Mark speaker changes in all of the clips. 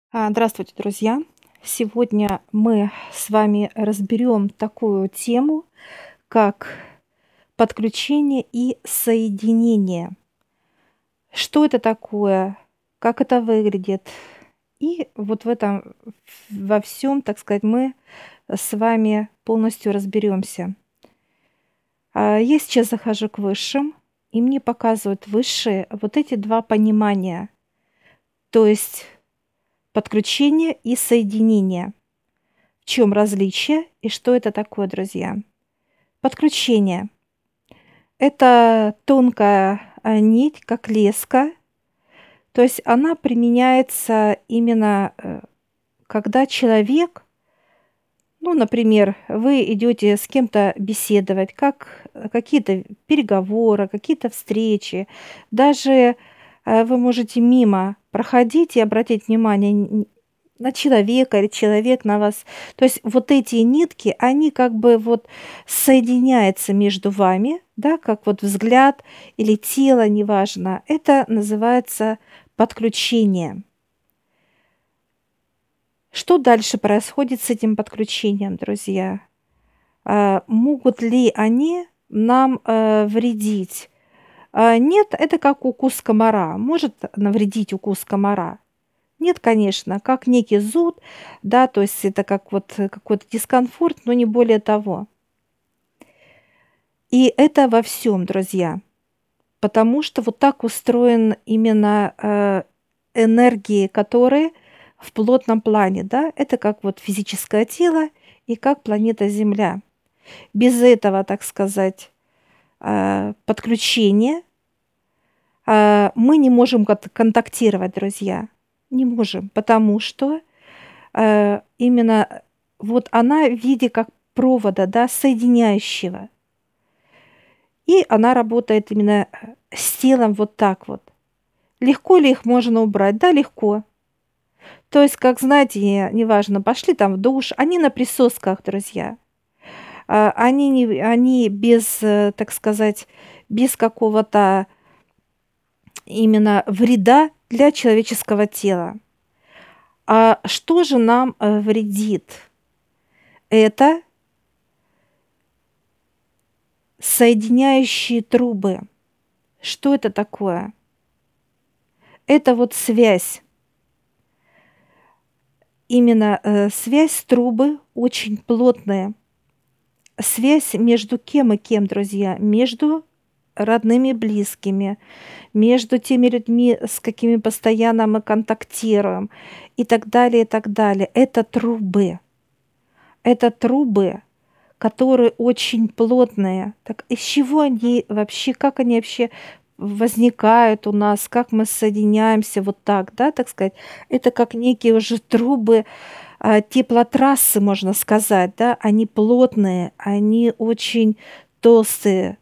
Speaker 1: Здравствуйте, друзья! Сегодня мы с вами разберем такую тему, как подключение и соединение. Что это такое, как это выглядит? И вот в этом во всем, так сказать, мы с вами полностью разберемся. Я сейчас захожу к высшим, и мне показывают высшие вот эти два понимания, то есть подключение и соединение. В чем различие и что это такое, друзья? Подключение. Это тонкая нить, как леска. То есть она применяется именно, когда человек, ну, например, вы идете с кем-то беседовать, как какие-то переговоры, какие-то встречи. Даже вы можете мимо проходить и обратить внимание на человека или человек на вас. То есть вот эти нитки, они как бы вот соединяются между вами, да, как вот взгляд или тело, неважно. Это называется подключение. Что дальше происходит с этим подключением, друзья? Могут ли они нам вредить? Нет, это как укус комара. Может навредить укус комара? Нет, конечно, как некий зуд, да, то есть это как вот какой-то дискомфорт, но не более того. И это во всем, друзья, потому что вот так устроен именно энергии, которые в плотном плане, да, это как вот физическое тело и как планета Земля. Без этого, так сказать, подключения мы не можем контактировать, друзья. Не можем, потому что именно вот она в виде как провода, да, соединяющего. И она работает именно с телом вот так вот. Легко ли их можно убрать? Да, легко. То есть, как знаете, неважно, пошли там в душ, они на присосках, друзья. Они без, так сказать, без какого-то именно вреда для человеческого тела. А что же нам вредит? Это соединяющие трубы. Что это такое? Это вот связь. Именно связь трубы очень плотная. Связь между кем и кем, друзья? Между родными, близкими, между теми людьми, с какими постоянно мы контактируем и так далее, и так далее. Это трубы. Это трубы, которые очень плотные. Так из чего они вообще, как они вообще возникают у нас, как мы соединяемся вот так, да, так сказать. Это как некие уже трубы, теплотрассы, можно сказать, да, они плотные, они очень толстые.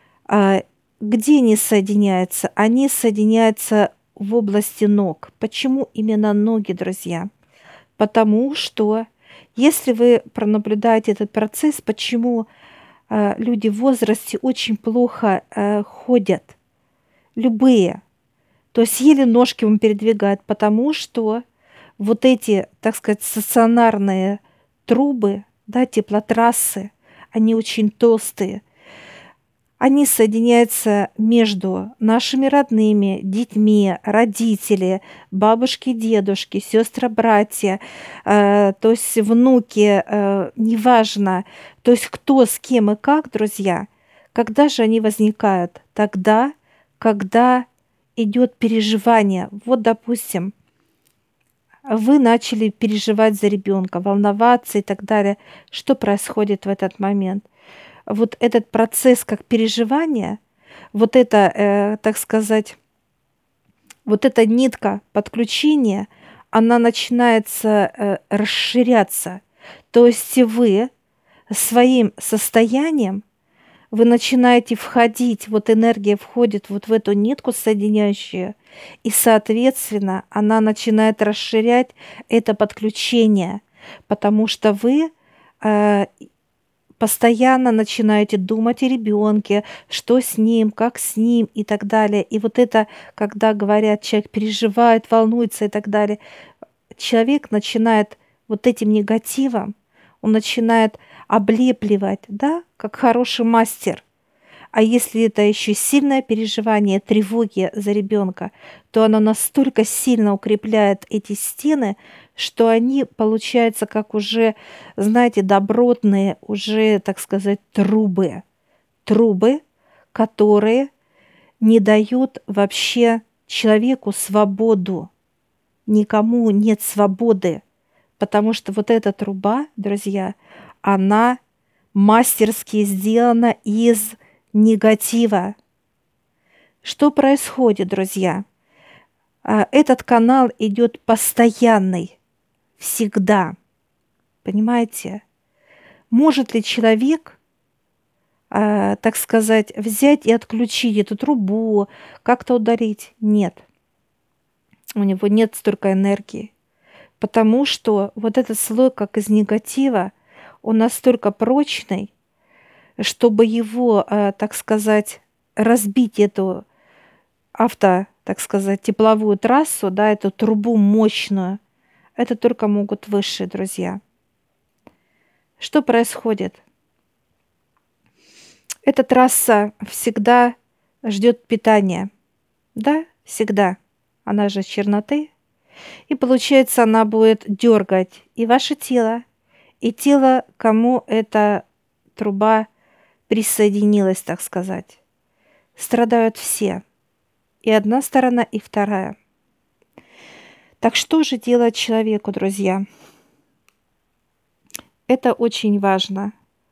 Speaker 1: Где они соединяются? Они соединяются в области ног. Почему именно ноги, друзья? Потому что если вы пронаблюдаете этот процесс, почему люди в возрасте очень плохо ходят, любые, то есть еле ножки он передвигает, потому что вот эти, так сказать, стационарные трубы, да, теплотрассы, они очень толстые. Они соединяются между нашими родными, детьми, родители, бабушки, дедушки, сестры, братья, то есть внуки, неважно, то есть кто с кем и как, друзья. Когда же они возникают? Тогда, когда идет переживание. Вот, допустим, вы начали переживать за ребенка, волноваться и так далее. Что происходит в этот момент? Вот этот процесс как переживание, вот это, так сказать, вот эта нитка подключения, она начинается расширяться. То есть вы своим состоянием, вы начинаете входить, вот энергия входит вот в эту нитку соединяющую, и, соответственно, она начинает расширять это подключение, потому что вы постоянно начинаете думать о ребенке, что с ним, как с ним и так далее. И вот это, когда говорят, человек переживает, волнуется и так далее, человек начинает вот этим негативом, он начинает облепливать, да, как хороший мастер. А если это еще сильное переживание, тревоги за ребенка, то оно настолько сильно укрепляет эти стены, что они получаются как уже, знаете, добротные, уже, так сказать, трубы. Трубы, которые не дают вообще человеку свободу. Никому нет свободы, потому что вот эта труба, друзья, она мастерски сделана из негатива. Что происходит, друзья? Этот канал идет постоянный, всегда. Понимаете? Может ли человек, так сказать, взять и отключить эту трубу, как-то удалить? Нет. У него нет столько энергии. Потому что вот этот слой, как из негатива, он настолько прочный, чтобы его, так сказать, разбить эту так сказать, тепловую трассу, да, эту трубу мощную, это только могут высшие, друзья. Что происходит? Эта трасса всегда ждет питания, да, всегда. Она же черноты. И получается, она будет дергать и ваше тело, и тело, кому эта труба присоединилась, так сказать. Страдают все. И одна сторона, и вторая. Так что же делать человеку, друзья? Это очень важно.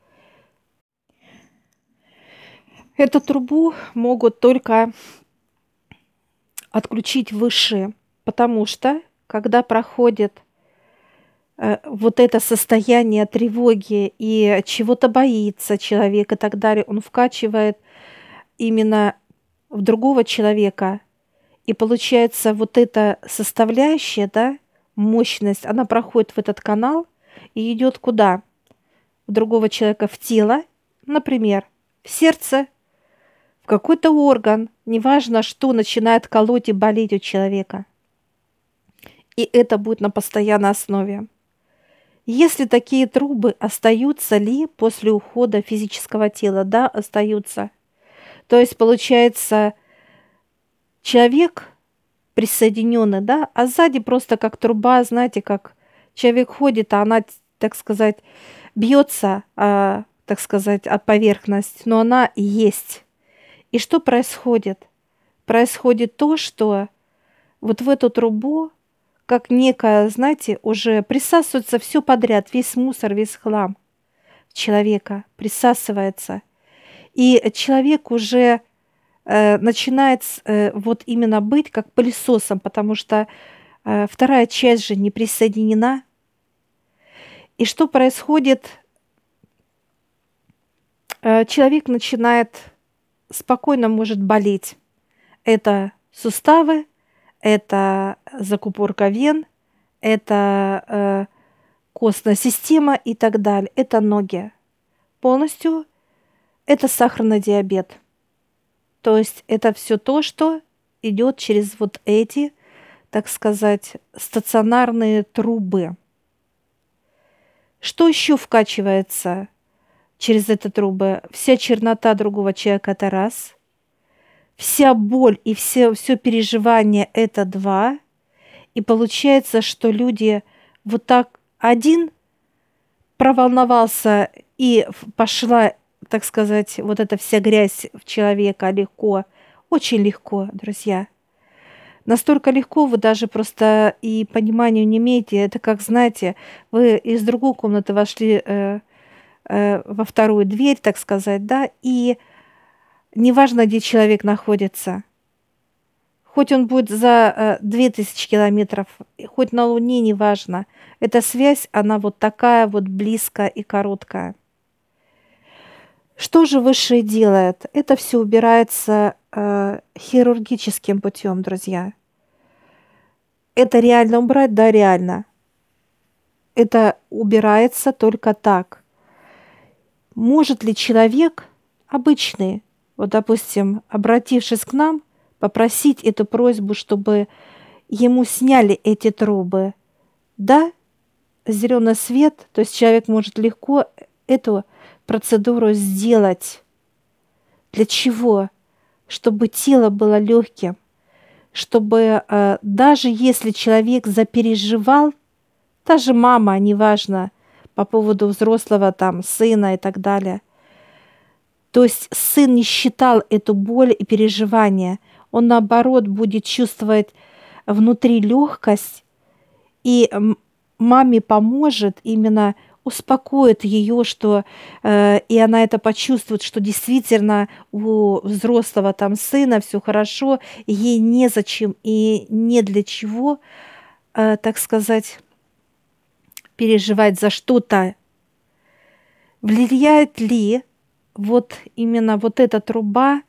Speaker 1: Эту трубу могут только отключить высшие, потому что, когда проходит вот это состояние тревоги и чего-то боится человек и так далее, он вкачивает именно в другого человека. И получается, вот эта составляющая, да, мощность, она проходит в этот канал и идет куда? В другого человека в тело, например, в сердце, в какой-то орган, неважно что, начинает колоть и болеть у человека. И это будет на постоянной основе. Если такие трубы остаются ли после ухода физического тела? Да, остаются. То есть, получается, человек присоединенный, да, а сзади просто как труба, знаете, как человек ходит, а она, так сказать, бьется, так сказать, от поверхности, но она есть. И что происходит? Происходит то, что вот в эту трубу, как некое, знаете, уже присасывается все подряд, весь мусор, весь хлам человека присасывается. И человек уже начинает вот именно быть как пылесосом, потому что вторая часть же не присоединена. И что происходит? Человек начинает спокойно может болеть. Это суставы, это закупорка вен, это костная система и так далее. Это ноги. Полностью это сахарный диабет. То есть это все то, что идет через вот эти, так сказать, стационарные трубы. Что еще вкачивается через эти трубы? Вся чернота другого человека – это раз. Вся боль и все переживание – это два. И получается, что люди вот так один проволновался и пошла, так сказать, вот эта вся грязь в человека легко, очень легко, друзья. Настолько легко вы даже просто и понимания не имеете. Это как, знаете, вы из другой комнаты вошли во вторую дверь, так сказать, да, и неважно, где человек находится. Хоть он будет за 2000 километров, хоть на Луне, неважно. Эта связь, она вот такая вот близкая и короткая. Что же Высшее делает? Это все убирается хирургическим путем, друзья. Это реально убрать? Да, реально. Это убирается только так. Может ли человек обычный, вот, допустим, обратившись к нам, попросить эту просьбу, чтобы ему сняли эти трубы? Да, зеленый свет, то есть человек может легко эту процедуру сделать. Для чего? Чтобы тело было легким, чтобы даже если человек запереживал, та же мама, неважно, по поводу взрослого там сына и так далее, то есть сын не считал эту боль и переживания, он наоборот будет чувствовать внутри легкость, и маме поможет, именно успокоит ее, что и она это почувствует, что действительно у взрослого там сына все хорошо, и ей незачем и не для чего, так сказать, переживать за что-то. Влияет ли вот именно вот эта труба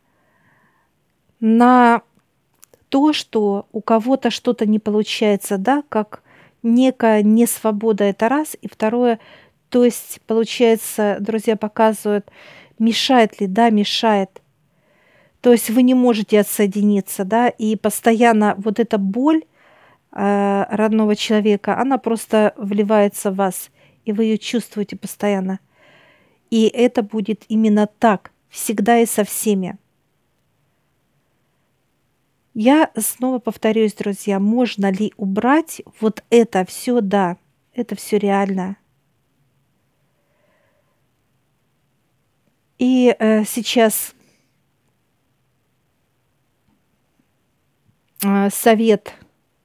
Speaker 1: на то, что у кого-то что-то не получается, да, как некая несвобода, это раз. И второе, то есть, получается, друзья показывают, мешает ли, да, мешает. То есть вы не можете отсоединиться, да, и постоянно вот эта боль родного человека, она просто вливается в вас, и вы ее чувствуете постоянно. И это будет именно так, всегда и со всеми. Я снова повторюсь, друзья, можно ли убрать вот это все? Да, это все реально. И сейчас совет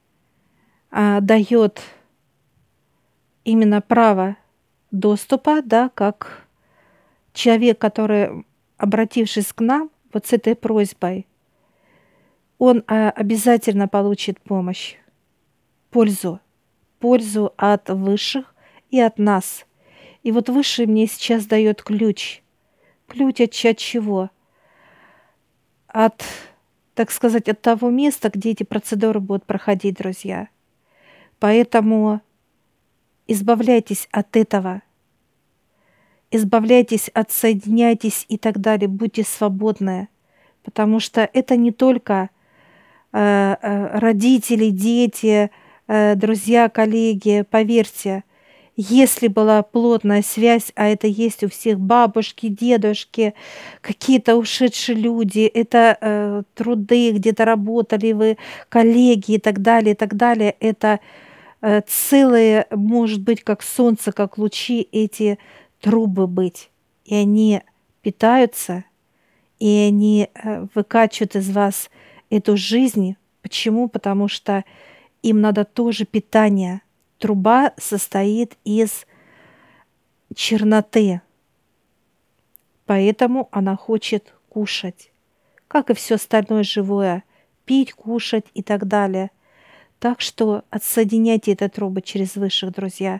Speaker 1: дает именно право доступа, да, как человек, который, обратившись к нам вот с этой просьбой, он обязательно получит помощь, пользу от высших и от нас. И вот Высший мне сейчас дает ключ. Ключ от чего? От, так сказать, от того места, где эти процедуры будут проходить, друзья. Поэтому избавляйтесь от этого. Избавляйтесь, отсоединяйтесь и так далее. Будьте свободны. Потому что это не только родители, дети, друзья, коллеги. Поверьте, если была плотная связь, а это есть у всех бабушки, дедушки, какие-то ушедшие люди, это труды, где-то работали вы, коллеги и так далее, это целые, может быть, как солнце, как лучи, эти трубы быть. И они питаются, и они выкачивают из вас эту жизнь. Почему? Потому что им надо тоже питание. Труба состоит из черноты, поэтому она хочет кушать, как и все остальное живое, пить, кушать и так далее. Так что отсоединяйте эти трубы через высших, друзья.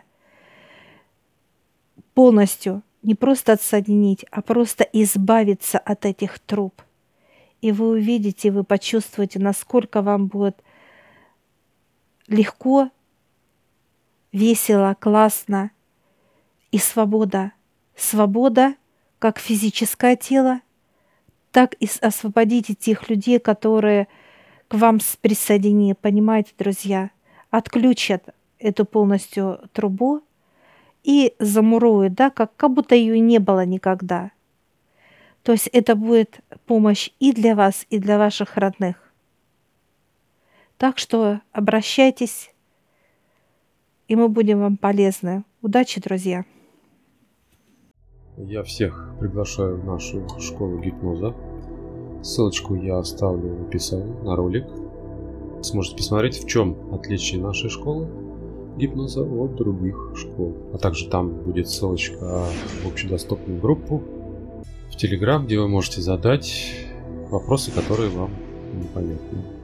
Speaker 1: Полностью, не просто отсоединить, а просто избавиться от этих труб. И вы увидите, вы почувствуете, насколько вам будет легко, весело, классно и свобода. Свобода как физическое тело, так и освободите тех людей, которые к вам присоединены. Понимаете, друзья? Отключат эту полностью трубу и замуруют, да, как будто ее и не было никогда. То есть это будет помощь и для вас, и для ваших родных. Так что обращайтесь, и мы будем вам полезны. Удачи, друзья!
Speaker 2: Я всех приглашаю в нашу школу гипноза. Ссылочку я оставлю в описании на ролик. Сможете посмотреть, в чем отличие нашей школы гипноза от других школ. А также там будет ссылочка в общедоступную группу в Telegram, где вы можете задать вопросы, которые вам непонятны.